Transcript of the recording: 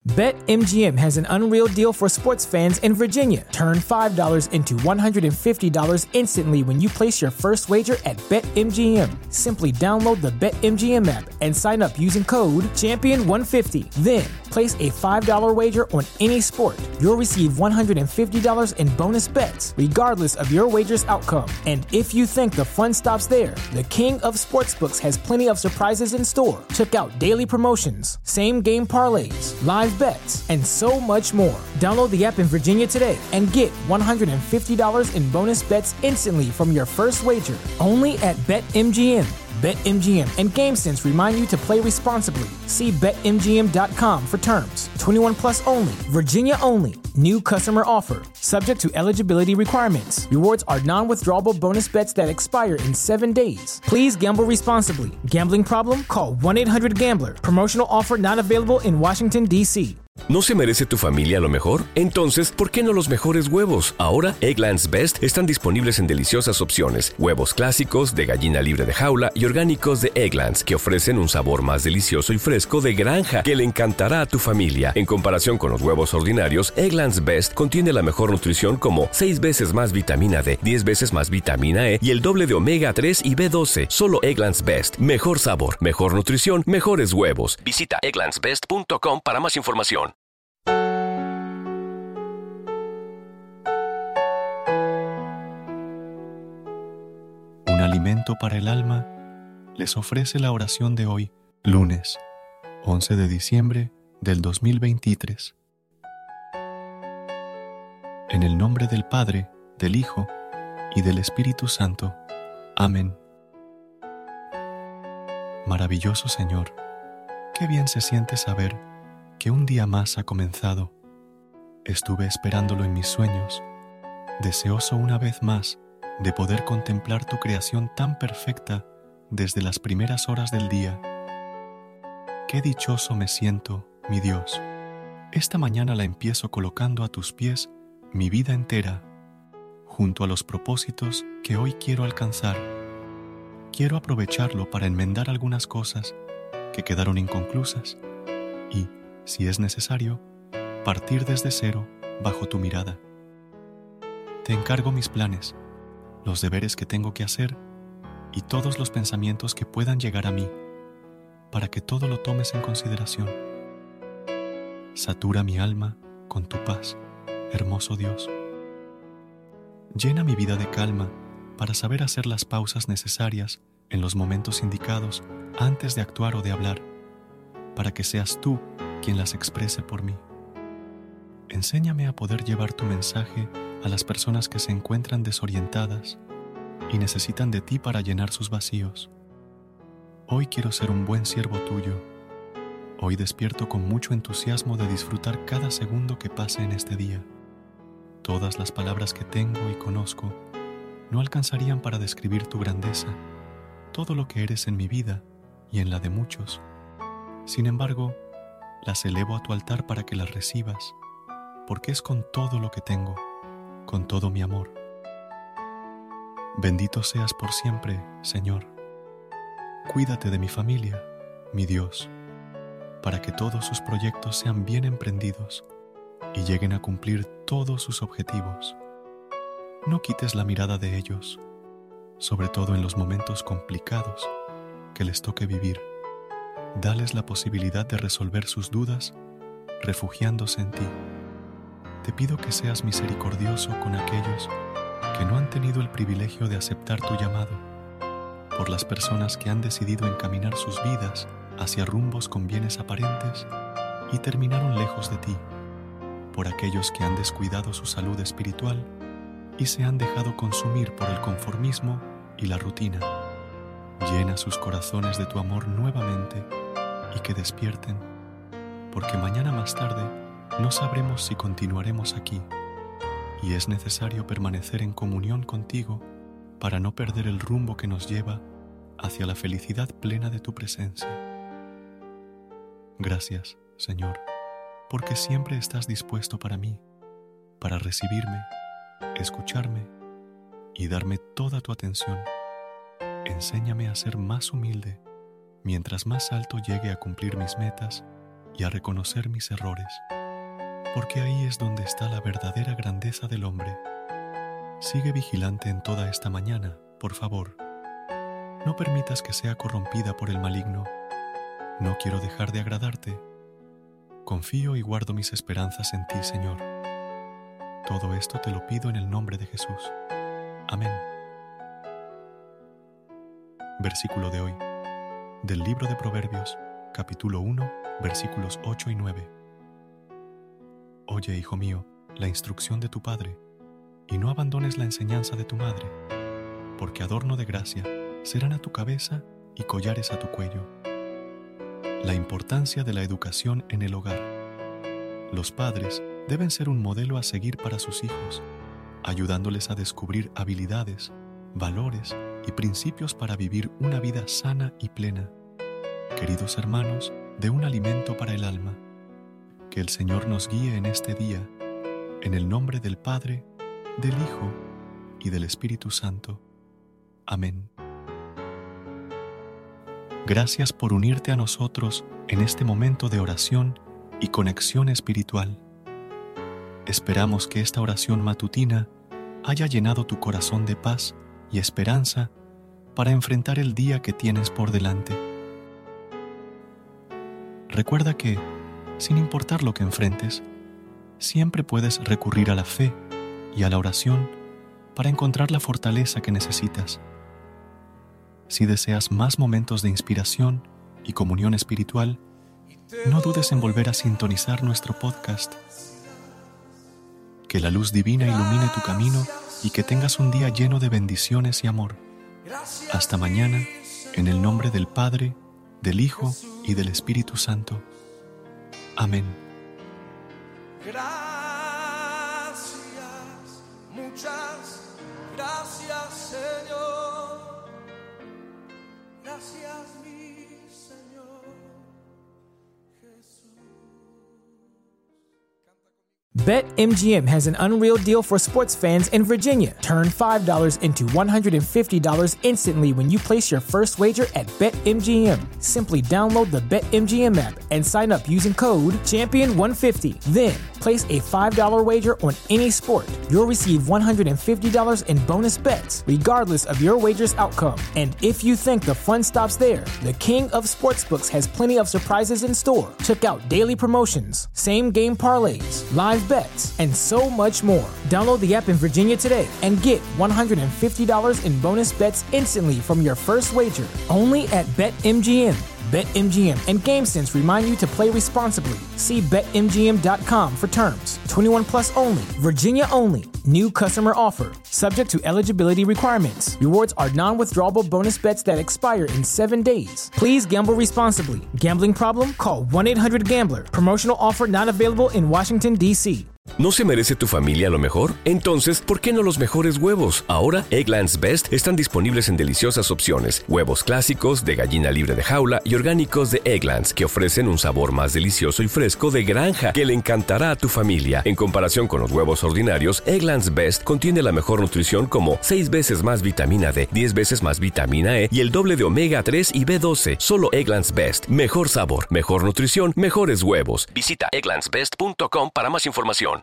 BetMGM has an unreal deal for sports fans in Virginia. Turn $5 into $150 instantly when you place your first wager at BetMGM. Simply download the BetMGM app and sign up using code Champion150. Then, place a $5 wager on any sport. You'll receive $150 in bonus bets, regardless of your wager's outcome. And if you think the fun stops there, the King of Sportsbooks has plenty of surprises in store. Check out daily promotions, same-game parlays, live bets, and so much more. Download the app in Virginia today and get $150 in bonus bets instantly from your first wager. Only at BetMGM. BetMGM and GameSense remind you to play responsibly. See BetMGM.com for terms. 21 plus only. Virginia only. New customer offer. Subject to eligibility requirements. Rewards are non-withdrawable bonus bets that expire in 7 days. Please gamble responsibly. Gambling problem? Call 1-800-GAMBLER. Promotional offer not available in Washington, D.C. ¿No se merece tu familia lo mejor? Entonces, ¿por qué no los mejores huevos? Ahora, Eggland's Best están disponibles en deliciosas opciones. Huevos clásicos, de gallina libre de jaula y orgánicos de Eggland's, que ofrecen un sabor más delicioso y fresco de granja que le encantará a tu familia. En comparación con los huevos ordinarios, Eggland's Best contiene la mejor nutrición como 6 veces más vitamina D, 10 veces más vitamina E y el doble de omega 3 y B12. Solo Eggland's Best. Mejor sabor, mejor nutrición, mejores huevos. Visita egglandsbest.com para más información. Un alimento para el alma les ofrece la oración de hoy, lunes, 11 de diciembre del 2023. En el nombre del Padre, del Hijo y del Espíritu Santo. Amén. Maravilloso Señor, qué bien se siente saber que un día más ha comenzado. Estuve esperándolo en mis sueños, deseoso una vez más de poder contemplar tu creación tan perfecta desde las primeras horas del día. Qué dichoso me siento, mi Dios. Esta mañana la empiezo colocando a tus pies mi vida entera, junto a los propósitos que hoy quiero alcanzar. Quiero aprovecharlo para enmendar algunas cosas que quedaron inconclusas y, si es necesario, partir desde cero bajo tu mirada. Te encargo mis planes, los deberes que tengo que hacer y todos los pensamientos que puedan llegar a mí, para que todo lo tomes en consideración. Satura mi alma con tu paz, hermoso Dios. Llena mi vida de calma para saber hacer las pausas necesarias en los momentos indicados antes de actuar o de hablar, para que seas tú quien las exprese por mí. Enséñame a poder llevar tu mensaje a las personas que se encuentran desorientadas y necesitan de ti para llenar sus vacíos. Hoy quiero ser un buen siervo tuyo. Hoy despierto con mucho entusiasmo de disfrutar cada segundo que pase en este día. Todas las palabras que tengo y conozco no alcanzarían para describir tu grandeza, todo lo que eres en mi vida y en la de muchos. Sin embargo, las elevo a tu altar para que las recibas, porque es con todo lo que tengo, con todo mi amor. Bendito seas por siempre, Señor. Cuídate de mi familia, mi Dios, para que todos sus proyectos sean bien emprendidos y lleguen a cumplir todos sus objetivos. No quites la mirada de ellos, sobre todo en los momentos complicados que les toque vivir. Dales la posibilidad de resolver sus dudas refugiándose en ti. Te pido que seas misericordioso con aquellos que no han tenido el privilegio de aceptar tu llamado, por las personas que han decidido encaminar sus vidas hacia rumbos con bienes aparentes y terminaron lejos de ti, por aquellos que han descuidado su salud espiritual y se han dejado consumir por el conformismo y la rutina. Llena sus corazones de tu amor nuevamente y que despierten, porque mañana más tarde no sabremos si continuaremos aquí y es necesario permanecer en comunión contigo para no perder el rumbo que nos lleva hacia la felicidad plena de tu presencia. Gracias, Señor, porque siempre estás dispuesto para mí, para recibirme, escucharme y darme toda tu atención. Enséñame a ser más humilde mientras más alto llegue a cumplir mis metas y a reconocer mis errores, porque ahí es donde está la verdadera grandeza del hombre. Sigue vigilante en toda esta mañana, por favor. No permitas que sea corrompida por el maligno. No quiero dejar de agradarte. Confío y guardo mis esperanzas en ti, Señor. Todo esto te lo pido en el nombre de Jesús. Amén. Versículo de hoy, del libro de Proverbios, capítulo 1, versículos 8 y 9. Oye, hijo mío, la instrucción de tu padre, y no abandones la enseñanza de tu madre, porque adorno de gracia serán a tu cabeza y collares a tu cuello. La importancia de la educación en el hogar. Los padres deben ser un modelo a seguir para sus hijos, ayudándoles a descubrir habilidades, valores y principios para vivir una vida sana y plena. Queridos hermanos, de un alimento para el alma. Que el Señor nos guíe en este día, en el nombre del Padre, del Hijo y del Espíritu Santo. Amén. Gracias por unirte a nosotros en este momento de oración y conexión espiritual. Esperamos que esta oración matutina haya llenado tu corazón de paz y esperanza para enfrentar el día que tienes por delante. Recuerda que, sin importar lo que enfrentes, siempre puedes recurrir a la fe y a la oración para encontrar la fortaleza que necesitas. Si deseas más momentos de inspiración y comunión espiritual, no dudes en volver a sintonizar nuestro podcast. Que la luz divina ilumine tu camino y que tengas un día lleno de bendiciones y amor. Hasta mañana, en el nombre del Padre, del Hijo y del Espíritu Santo. Amén. Gracias, muchas gracias, Señor. Gracias, mi Señor Jesús. BetMGM has an unreal deal for sports fans in Virginia. Turn $5 into $150 instantly when you place your first wager at BetMGM. Simply download the BetMGM app and sign up using code Champion150. Then, place a $5 wager on any sport. You'll receive $150 in bonus bets, regardless of your wager's outcome. And if you think the fun stops there, the King of Sportsbooks has plenty of surprises in store. Check out daily promotions, same-game parlays, live bets, and so much more. Download the app in Virginia today and get $150 in bonus bets instantly from your first wager. Only at BetMGM. BetMGM and GameSense remind you to play responsibly. See BetMGM.com for terms. 21 plus only. Virginia only. New customer offer. Subject to eligibility requirements. Rewards are non-withdrawable bonus bets that expire in 7 days. Please gamble responsibly. Gambling problem? Call 1-800-GAMBLER. Promotional offer not available in Washington, D.C. ¿No se merece tu familia lo mejor? Entonces, ¿por qué no los mejores huevos? Ahora, Eggland's Best están disponibles en deliciosas opciones. Huevos clásicos, de gallina libre de jaula y orgánicos de Eggland's, que ofrecen un sabor más delicioso y fresco de granja que le encantará a tu familia. En comparación con los huevos ordinarios, Eggland's Best contiene la mejor nutrición como 6 veces más vitamina D, 10 veces más vitamina E y el doble de omega 3 y B12. Solo Eggland's Best. Mejor sabor, mejor nutrición, mejores huevos. Visita egglandsbest.com para más información.